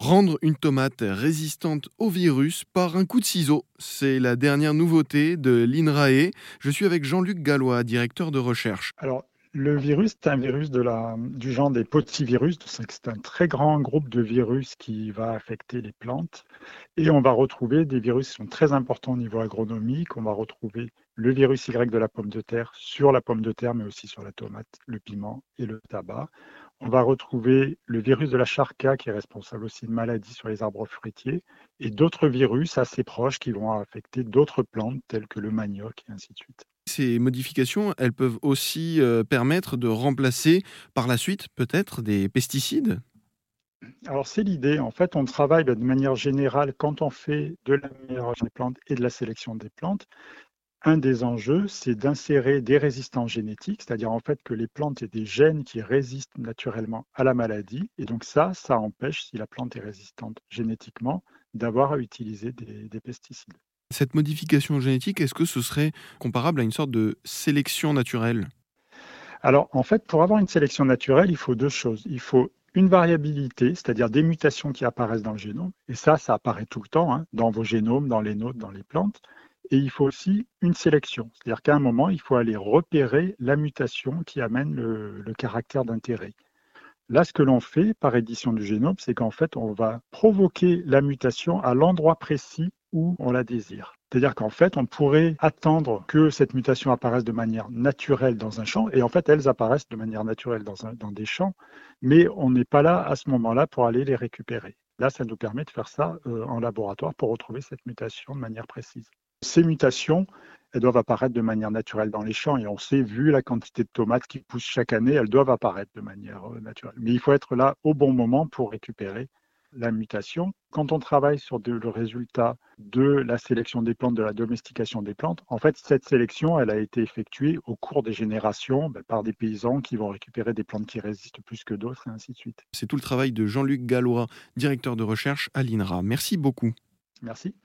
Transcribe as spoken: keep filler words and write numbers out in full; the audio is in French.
Rendre une tomate résistante au virus par un coup de ciseau, c'est la dernière nouveauté de l'INRAE. Je suis avec Jean-Luc Gallois, directeur de recherche. Alors, le virus, c'est un virus de la, du genre des potivirus. C'est c'est un très grand groupe de virus qui va affecter les plantes. Et on va retrouver des virus qui sont très importants au niveau agronomique. On va retrouver le virus Y de la pomme de terre sur la pomme de terre, mais aussi sur la tomate, le piment et le tabac. On va retrouver le virus de la charca qui est responsable aussi de maladies sur les arbres fruitiers et d'autres virus assez proches qui vont affecter d'autres plantes telles que le manioc et ainsi de suite. Ces modifications, elles peuvent aussi euh, permettre de remplacer par la suite peut-être des pesticides. Alors c'est l'idée, en fait on travaille bah, de manière générale quand on fait de l'amélioration des plantes et de la sélection des plantes. Un des enjeux, c'est d'insérer des résistants génétiques, c'est-à-dire en fait que les plantes aient des gènes qui résistent naturellement à la maladie. Et donc ça, ça empêche, si la plante est résistante génétiquement, d'avoir à utiliser des, des pesticides. Cette modification génétique, est-ce que ce serait comparable à une sorte de sélection naturelle? Alors en fait, pour avoir une sélection naturelle, il faut deux choses. Il faut une variabilité, c'est-à-dire des mutations qui apparaissent dans le génome. Et ça, ça apparaît tout le temps, hein, dans vos génomes, dans les nôtres, dans les plantes. Et il faut aussi une sélection, c'est-à-dire qu'à un moment, il faut aller repérer la mutation qui amène le, le caractère d'intérêt. Là, ce que l'on fait par édition du génome, c'est qu'en fait, on va provoquer la mutation à l'endroit précis où on la désire. C'est-à-dire qu'en fait, on pourrait attendre que cette mutation apparaisse de manière naturelle dans un champ, et en fait, elles apparaissent de manière naturelle dans, un, dans des champs, mais on n'est pas là à ce moment-là pour aller les récupérer. Là, ça nous permet de faire ça euh, en laboratoire pour retrouver cette mutation de manière précise. Ces mutations, elles doivent apparaître de manière naturelle dans les champs. Et on sait, vu la quantité de tomates qui poussent chaque année, elles doivent apparaître de manière euh, naturelle. Mais il faut être là au bon moment pour récupérer la mutation. Quand on travaille sur de- le résultat de la sélection des plantes, de la domestication des plantes, en fait, cette sélection, elle a été effectuée au cours des générations ben, par des paysans qui vont récupérer des plantes qui résistent plus que d'autres, et ainsi de suite. C'est tout le travail de Jean-Luc Gallois, directeur de recherche à l'INRA. Merci beaucoup. Merci.